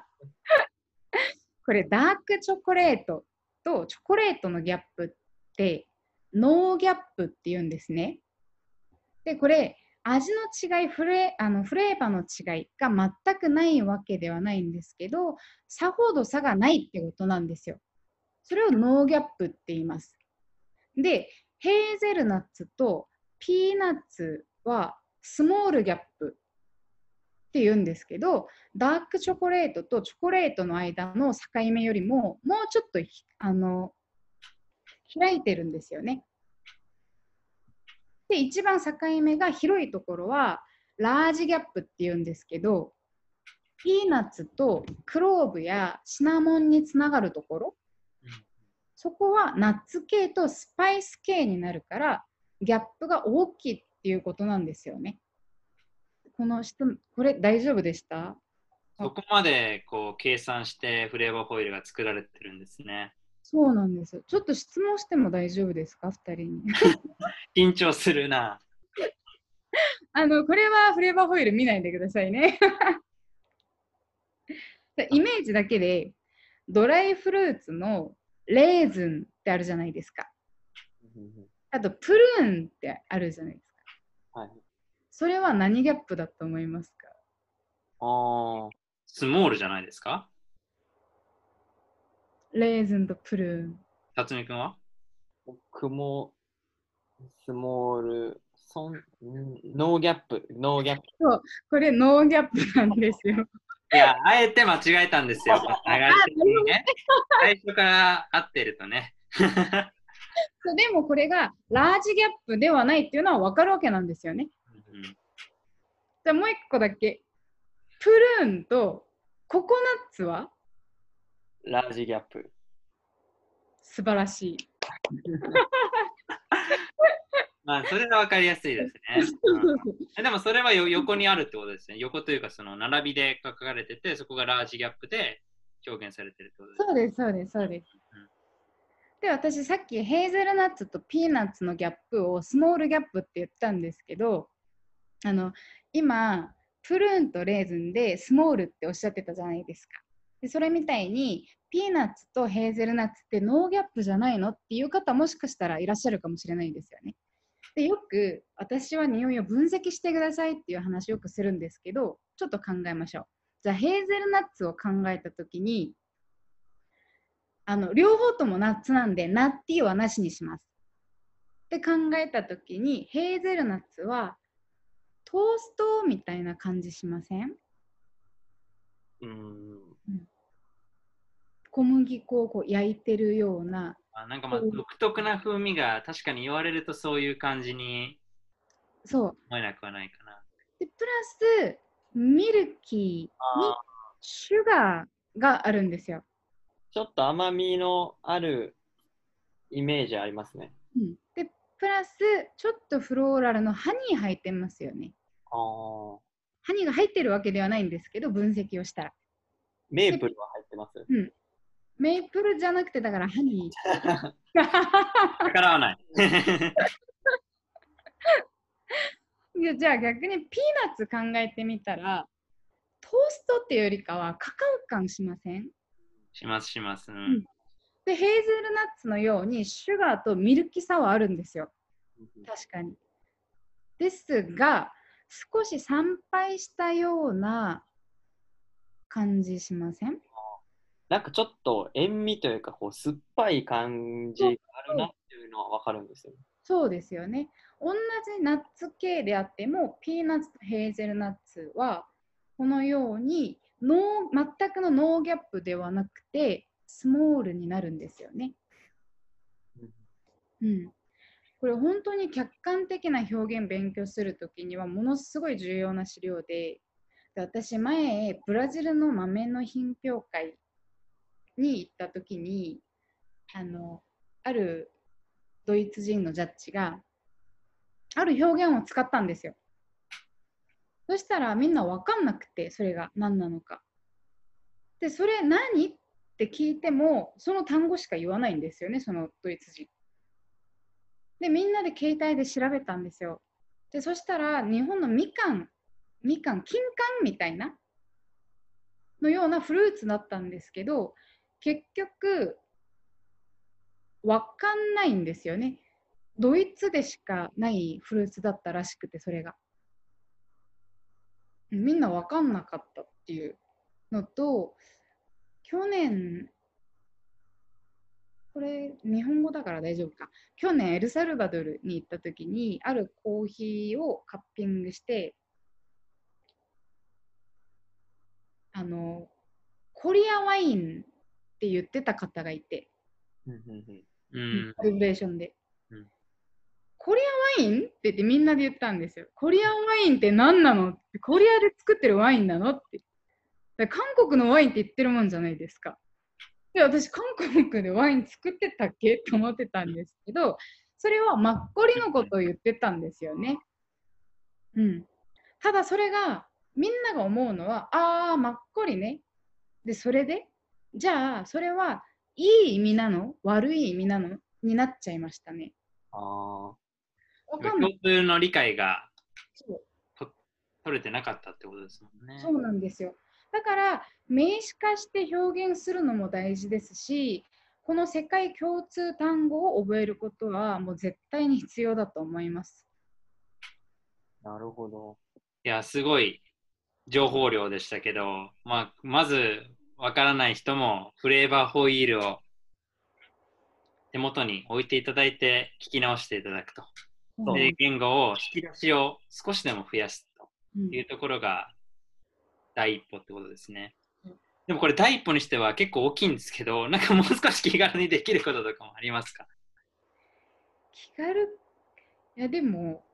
これダークチョコレートとチョコレートのギャップってノーギャップって言うんですね。で、これ味の違い、フレーバーの違いが全くないわけではないんですけど、さほど差がないってことなんですよ。それをノーギャップって言います。で、ヘーゼルナッツとピーナッツはスモールギャップって言うんですけど、ダークチョコレートとチョコレートの間の境目よりももうちょっと開いてるんですよね。で、一番境目が広いところはラージギャップって言うんですけど、ピーナッツとクローブやシナモンにつながるところ、そこはナッツ系とスパイス系になるからギャップが大きいっていうことなんですよね。これ大丈夫でした？ そこまでこう計算してフレーバーホイールが作られてるんですね。 そうなんです。ちょっと質問しても大丈夫ですか、2人に。 緊張するな。 これはフレーバーホイール見ないでくださいね。イメージだけで、ドライフルーツのレーズンってあるじゃないですか。あと、プルーンってあるじゃないですか。 はい。 それは何ギャップだと思いますか？ ああ、 スモールじゃないですか？ レーズンとプルーン。 辰巳君は？ 僕もスモール、ノーギャップ、ノーギャップ。 そう、これノーギャップなんですよ。 いや、あえて間違えたんですよ。流れ的にね。最初から合ってるとね。 そうでもこれがラージギャップではないっていうのは分かるわけなんですよね。じゃあもう一個だけ。プルーンとココナッツはラージギャップ。 素晴らしい。 まあ、それが分かりやすいですね。でもそれは横にあるってことですね。横というか、その並びで書かれてて、そこがラージギャップで表現されてるってことです。 そうです、そうです、そうです。で、私さっきヘーゼルナッツとピーナッツのギャップをスモールギャップって言ったんですけど、今、プルーンとレーズンでスモールっておっしゃってたじゃないですか。でそれみたいに、ピーナッツとヘーゼルナッツってノーギャップじゃないのっていう方もしかしたらいらっしゃるかもしれないんですよね。でよく私は匂いを分析してくださいっていう話をよくするんですけど、ちょっと考えましょう。じゃあヘーゼルナッツを考えたときに、両方ともナッツなんでナッティーはなしにします。って考えたときにヘーゼルナッツはトーストみたいな感じしません？小麦粉をこう焼いてるような。 なんかまあ独特な風味が確かに言われるとそういう感じにそう思えなくはないかな。 でプラスミルキーにシュガーがあるんですよ。 ちょっと甘みのあるイメージありますね。 でプラスちょっとフローラルのハニー入ってますよね。ハニーが入ってるわけではないんですけど、分析をしたら。 メープルは入ってます。 メープルじゃなくて、だからハニー。 逆らわない。 じゃあ逆にピーナッツ考えてみたら、トーストっていうよりかはカカオ感しません？ しますします。 で、ヘーゼルナッツのようにシュガーとミルキさはあるんですよ。確かに。ですが、少し参拝したような感じしません？ なんかちょっと塩味というかこう酸っぱい感じがあるなっていうのは分かるんですよ。 そうですよね。同じナッツ系であっても、ピーナッツとヘーゼルナッツはこのように全くのノーギャップではなくてスモールになるんですよね。これ本当に客観的な表現勉強するときにはものすごい重要な資料で、私前ブラジルの豆の品評会に行ったときにあるドイツ人のジャッジがある表現を使ったんですよ。 そしたらみんな分かんなくて、それが何なのか。で、それ何って聞いても、その単語しか言わないんですよね、そのドイツ人。で、みんなで携帯で調べたんですよ。で、そしたら日本の金柑みたいなのようなフルーツだったんですけど、結局、わかんないんですよね。ドイツでしかないフルーツだったらしくて、それが。みんなわかんなかったっていうのと、去年、これ日本語だから大丈夫か。去年エルサルバドルに行った時に、あるコーヒーをカッピングして、コリアワインって言ってた方がいて、カリブレーションで。コリアワインって言ってみんなで言ったんですよ。コリアワインって何なのって、コリアで作ってるワインなのって。韓国のワインって言ってるもんじゃないですか。で、私、韓国でワイン作ってたっけと思ってたんですけど、それはマッコリのことを言ってたんですよね。うん。ただそれが、みんなが思うのは、マッコリね。で、それで、じゃあ、それはいい意味なの悪い意味なのになっちゃいましたね。わかんな共い。 通の理解がそう取れてなかったってことですもんね。 そうなんですよ。だから名詞化して表現するのも大事ですし、この世界共通単語を覚えることはもう絶対に必要だと思います。 なるほど。 いや、すごい情報量でしたけど、まずわからない人もフレーバーホイールを手元に置いていただいて聞き直していただくと。で、言語を引き出しを少しでも増やすというところが第一歩ってことですね。でもこれ第一歩にしては結構大きいんですけど、なんかもう少し気軽にできることとかもありますか？ 気軽、いやでも、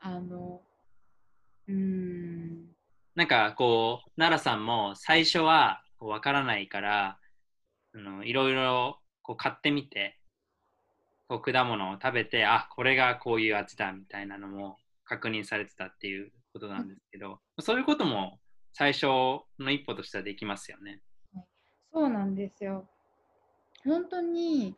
なんかこう、奈良さんも最初はわからないから、いろいろこう買ってみて、こう果物を食べて、あ、これがこういう味だみたいなのも確認されてたっていうことなんですけど、そういうことも最初の一歩としてはできますよね。 そうなんですよ。本当に、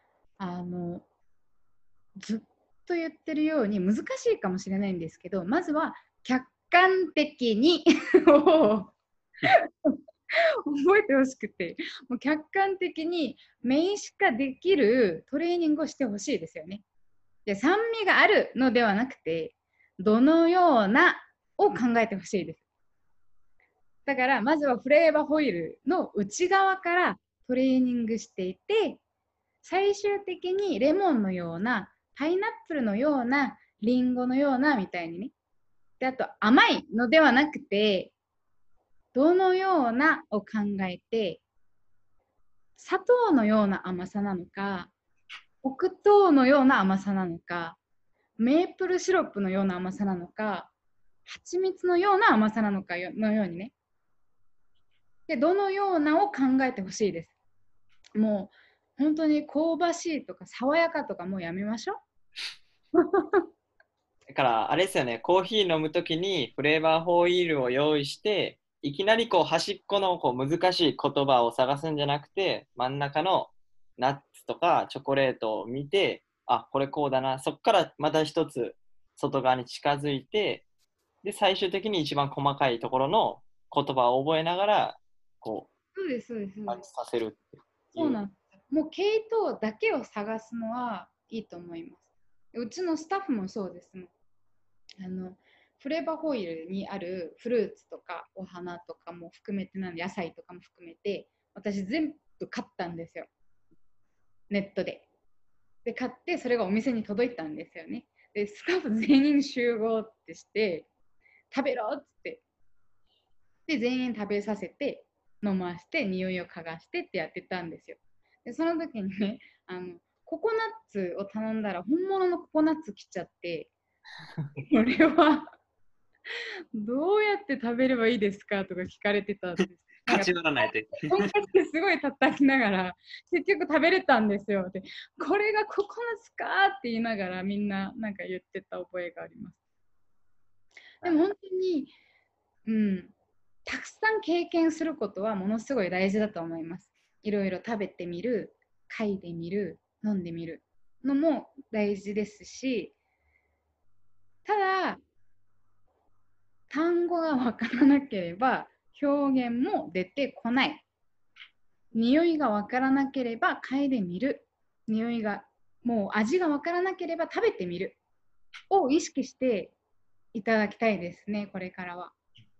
ずっと言ってるように難しいかもしれないんですけど、まずは客観的にを覚えてほしくて、もう客観的に名詞化できるトレーニングをしてほしいですよね。で、酸味があるのではなくて、どのようなを考えてほしいです。だから、まずはフレーバーホイールの内側からトレーニングしていて、最終的にレモンのような、パイナップルのような、リンゴのようなみたいにね。で、あと甘いのではなくて、どのようなを考えて、砂糖のような甘さなのか、黒糖のような甘さなのか、メープルシロップのような甘さなのか、蜂蜜のような甘さなのかのようにね。で、どのようなを考えてほしいです。もう、本当に香ばしいとか爽やかとかもうやめましょう。 だから、あれですよね、コーヒー飲むときにフレーバーホイールを用意して、いきなりこう端っこのこう難しい言葉を探すんじゃなくて、真ん中のナッツとかチョコレートを見て、あ、これこうだな、そこからまた一つ外側に近づいて、で、最終的に一番細かいところの言葉を覚えながら、こそうです、そうです、そうう、 です。 させるっていう。 そうなんです。もう系統だけを探すのはいいと思います。うちのスタッフもそうですもん。フレーバーホイールにあるフルーツとかお花とかも含めて野菜とかも含めて私全部買ったんですよ、ネットで。で買ってそれがお店に届いたんですよね。でスタッフ全員集合ってして食べろっつってで全員食べさせて飲まして匂いを嗅がしてってやってたんですよ。でその時にねココナッツを頼んだら本物のココナッツ来ちゃってこれはどうやって食べればいいですかとか聞かれてたんです。 勝ち取らないと。 とんかつですごい叩きながら結局食べれたんですよ。でこれがココナツかって言いながらみんななんか言ってた覚えがあります。でも本当にたくさん経験することはものすごい大事だと思います。いろいろ食べてみる、嗅いでみる、飲んでみるのも大事ですし、ただ単語がわからなければ表現も出てこない。匂いがわからなければ嗅いでみる。匂いが、もう味がわからなければ食べてみる。を意識していただきたいですね、これからは。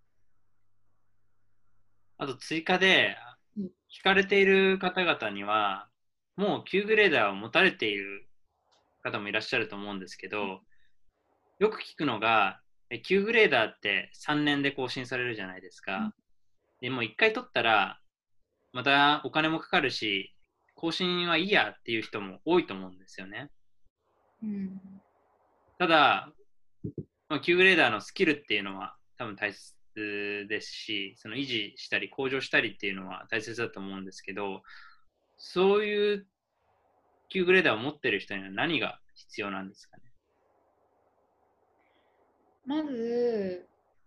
あと追加で、 うん聞かれている方々には、もう9グレーダーを持たれている方もいらっしゃると思うんですけど、よく聞くのが、9グレーダーって3年で更新されるじゃないですか。でもう1回取ったら、またお金もかかるし、更新はいいやっていう人も多いと思うんですよね。 うん、 ただ、9グレーダーのスキルっていうのは多分大切ですし、その維持したり向上したりっていうのは大切だと思うんですけど、そういう9グレーダーを持ってる人には何が必要なんですかね。 まず、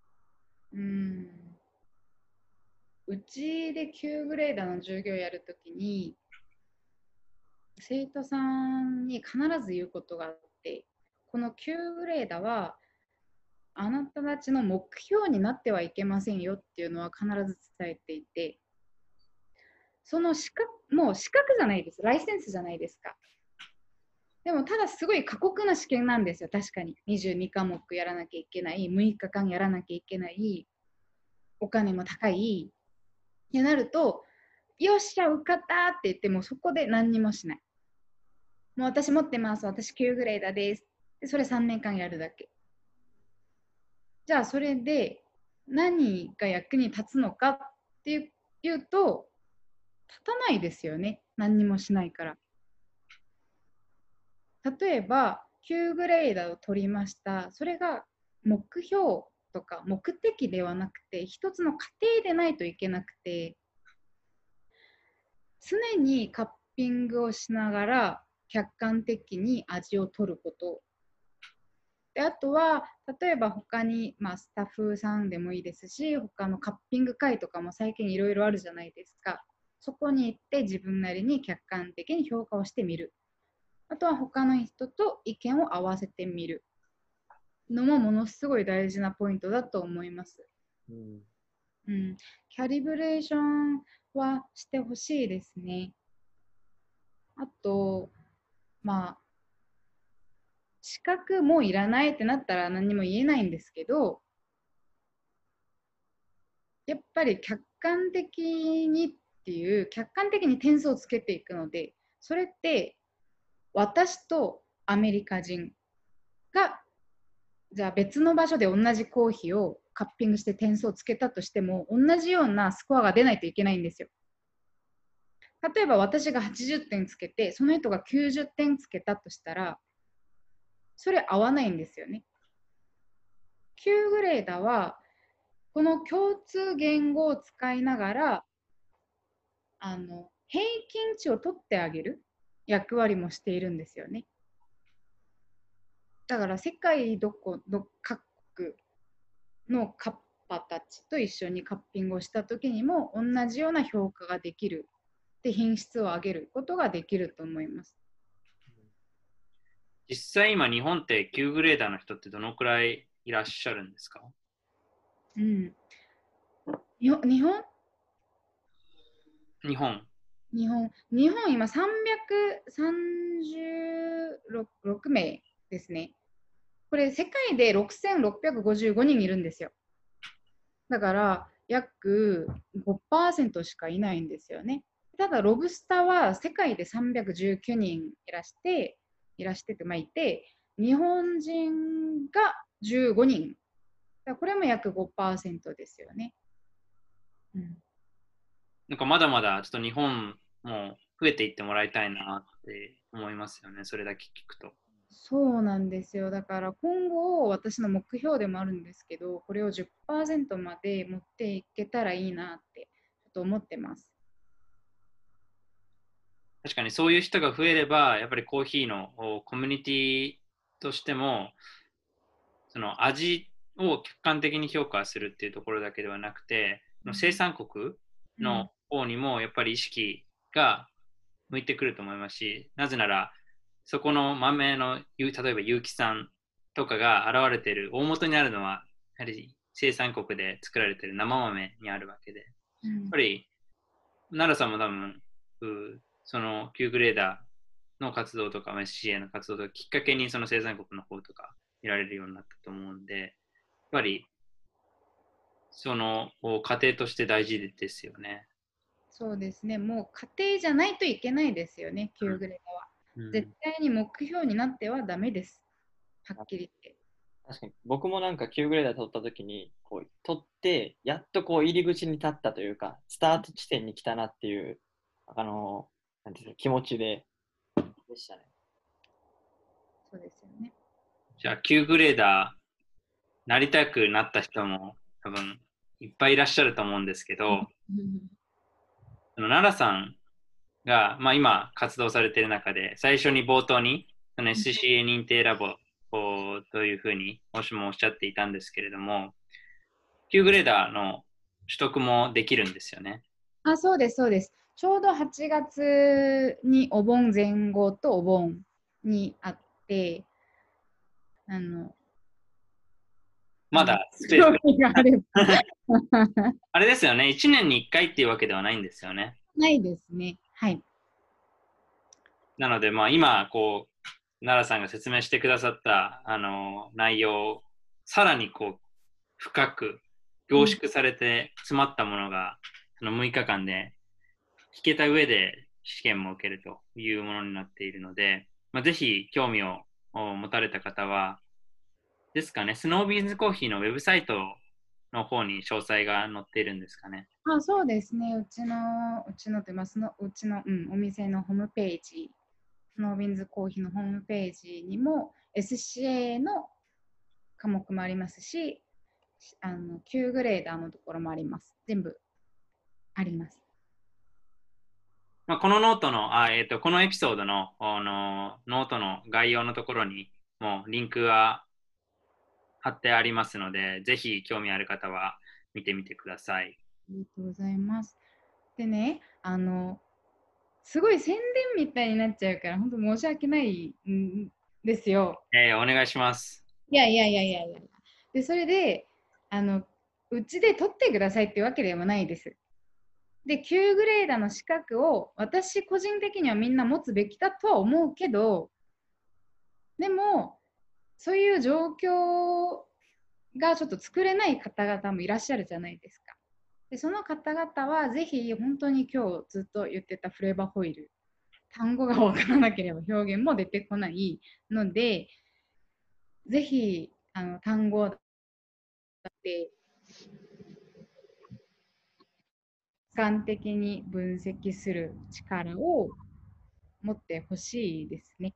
うちで9グレーダーの授業をやるときに、生徒さんに必ず言うことがあって、この9グレーダーはあなたたちの目標になってはいけませんよっていうのは必ず伝えていて、そのもう資格じゃないです。ライセンスじゃないですか。でもただすごい過酷な試験なんですよ。確かに。22科目やらなきゃいけない。6日間やらなきゃいけない。お金も高い。ってなると、よっしゃ、受かったって言ってもそこで何にもしない。もう私持ってます。私9グレーダーです。でそれ3年間やるだけ。じゃあそれで何が役に立つのかっていうと、立たないですよね。何にもしないから。例えば、9グレードを取りました。それが目標とか目的ではなくて、一つの過程でないといけなくて、常にカッピングをしながら客観的に味を取ること。であとは、例えば他に、スタッフさんでもいいですし、他のカッピング会とかも最近いろいろあるじゃないですか。そこに行って自分なりに客観的に評価をしてみる。あとは他の人と意見を合わせてみるのもものすごい大事なポイントだと思います。うん、キャリブレーションはしてほしいですね。あと、まあ、資格もいらないってなったら何も言えないんですけど、やっぱり客観的にっていう、客観的に点数をつけていくので、それって私とアメリカ人がじゃあ別の場所で同じコーヒーをカッピングして点数をつけたとしても同じようなスコアが出ないといけないんですよ。例えば私が80点つけてその人が90点つけたとしたらそれ合わないんですよね。9グレーダーはこの共通言語を使いながら平均値を取ってあげる役割もしているんですよね。だから世界各国のカッパたちと一緒にカッピングをした時にも同じような評価ができるで品質を上げることができると思います。 実際今日本って9グレーダーの人ってどのくらいいらっしゃるんですか？ うん、日本日本日本今336名ですね。これ世界で6655人いるんですよ。だから約 5% しかいないんですよね。ただロブスターは世界で319人いらしてて、いて、日本人が15人。これも約 5% ですよね。 なんかまだまだちょっと日本も増えていってもらいたいなって思いますよね。それだけ聞くと。 そうなんですよ。だから今後私の目標でもあるんですけど、これを 10% まで持っていけたらいいなってちょっと思ってます。 確かにそういう人が増えれば、やっぱりコーヒーのコミュニティとしても、その味を客観的に評価するっていうところだけではなくて、生産国の方にもやっぱり意識が向いてくると思いますし、なぜならそこの豆の例えば有機産とかが現れている大元にあるのはやはり生産国で作られている生豆にあるわけで、やっぱり奈良さんも多分そのQグレーダーの活動とか SCA の活動とかきっかけにその生産国の方とか見られるようになったと思うんで、やっぱりその過程として大事ですよね。 そうですね。もう家庭じゃないといけないですよね、Qグレーダーは。絶対に目標になってはダメです。はっきり言って。 確かに僕もなんか9グレーダー取った時に取ってやっと入り口に立ったというかスタート地点に来たなっていうなんていう気持ちでしたね。 そうですよね。 じゃあ9グレーダーなりたくなった人も多分いっぱいいらっしゃると思うんですけど、奈良さんが、今活動されている中で最初に冒頭にその SCA 認定ラボというふうにもしもおっしゃっていたんですけれども、Qグレーダーの取得もできるんですよね。 そうです、そうです。ちょうど8月にお盆前後とお盆にあって、 まだスペースがあればあれですよね、1年に1回っていうわけではないんですよね。 ないですね。はい。 なので、今、奈良さんが説明してくださった内容をさらに深く凝縮されて詰まったものが、6日間で聞けた上で試験も受けるというものになっているので、ぜひ興味を持たれた方は、ですかね、スノービーンズコーヒーのウェブサイトの方に詳細が載っているんですかね。 そうですね。うちのと言いますの、うちの、お店のホームページ、スノービンズコーヒーのホームページにも SCA の科目もありますし、Qグレーダーのところもあります。全部あります。 このノートの、このエピソードのノートの概要のところにもうリンクは貼ってありますので、ぜひ興味ある方は見てみてください。 ありがとうございます。でね、すごい宣伝みたいになっちゃうから、本当申し訳ないんですよ。 お願いします。 いやいやいやいやいや。で、それで、うちで取ってくださいってわけでもないです。で、Qグレーダーの資格を私個人的にはみんな持つべきだとは思うけど、でも、そういう状況がちょっと作れない方々もいらっしゃるじゃないですか。で、その方々はぜひ本当に今日ずっと言ってたフレーバーホイール、単語が分からなければ表現も出てこないので、ぜひ単語だって主観的に分析する力を持ってほしいですね。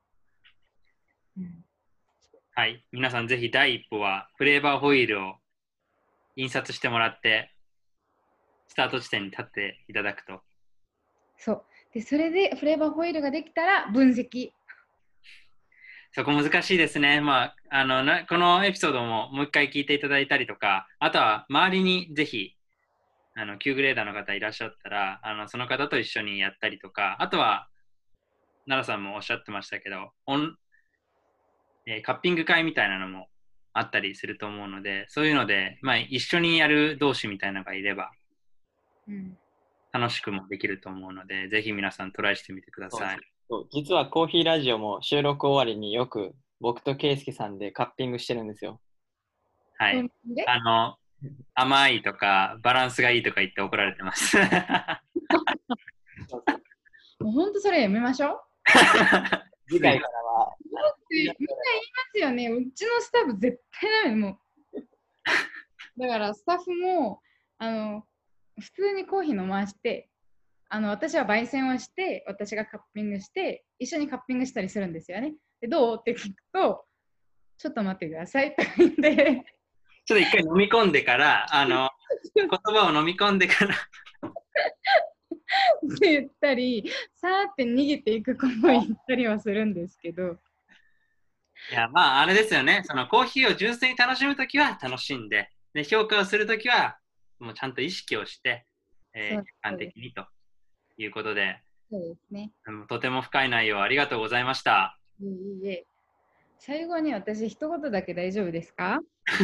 はい。皆さんぜひ第一歩はフレーバーホイールを印刷してもらってスタート地点に立っていただくと。 そう。で、それでフレーバーホイールができたら分析。 そこ難しいですね。このエピソードももう一回聞いていただいたりとか、あとは周りにぜひQグレーダーの方いらっしゃったら、その方と一緒にやったりとか、あとは奈良さんもおっしゃってましたけど、カッピング会みたいなのもあったりすると思うので、そういうので、一緒にやる同士みたいなのがいれば、楽しくもできると思うので、ぜひ皆さんトライしてみてください。 実はコーヒーラジオも収録終わりによく僕とケイスケさんでカッピングしてるんですよ。 はい。甘いとかバランスがいいとか言って怒られてます。 もう本当それやめましょう。 次回からは。 みんな言いますよね。うちのスタッフ絶対ダメもう。だからスタッフも普通にコーヒー飲まして私は焙煎をして私がカッピングして一緒にカッピングしたりするんですよね。でどうって聞くとちょっと待ってくださいって言ってちょっと一回飲み込んでから言葉を飲み込んでからって言ったりさーって逃げていく子もいたりはするんですけどいや、まあ、あれですよね。そのコーヒーを純粋に楽しむときは楽しんで、で、評価をするときは、もうちゃんと意識をして、 そう客観的にということで、 そうですね。 とても深い内容ありがとうございました。 いえいえ。最後に私、一言だけ大丈夫ですか？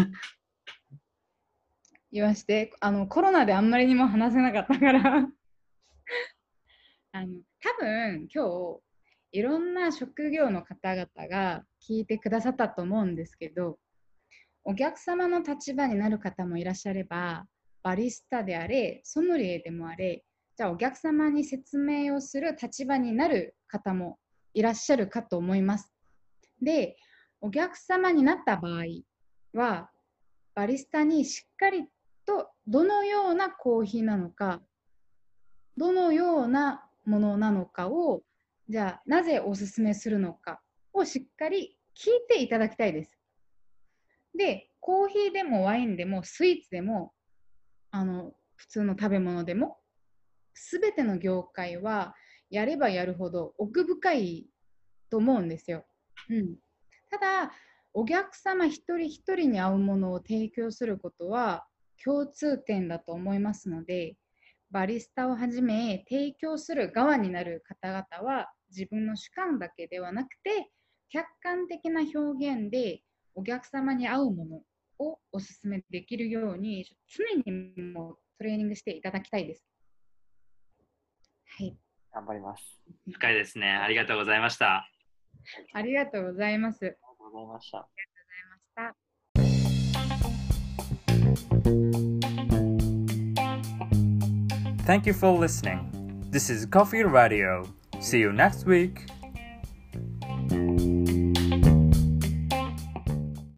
言わして、コロナであんまりにも話せなかったから多分今日、いろんな職業の方々が聞いてくださったと思うんですけど、お客様の立場になる方もいらっしゃれば、バリスタであれ、ソムリエでもあれ、じゃあお客様に説明をする立場になる方もいらっしゃるかと思います。で、お客様になった場合は、バリスタにしっかりとどのようなコーヒーなのか、どのようなものなのかを、じゃあなぜおすすめするのかをしっかり聞いていただきたいです。で、コーヒーでもワインでもスイーツでも普通の食べ物でも全ての業界はやればやるほど奥深いと思うんですよ。うん、ただお客様一人一人に合うものを提供することは共通点だと思いますので、バリスタをはじめ提供する側になる方々は自分の主観だけではなくて客観的な表現でお客様に合うものをお勧めできるように常にもトレーニングしていただきたいです。はい。 頑張ります。 深いですね。ありがとうございました。 ありがとうございます。ありがとうございました。 ありがとうございました。 Thank you for listening. This is Coffee Radio. See you next week.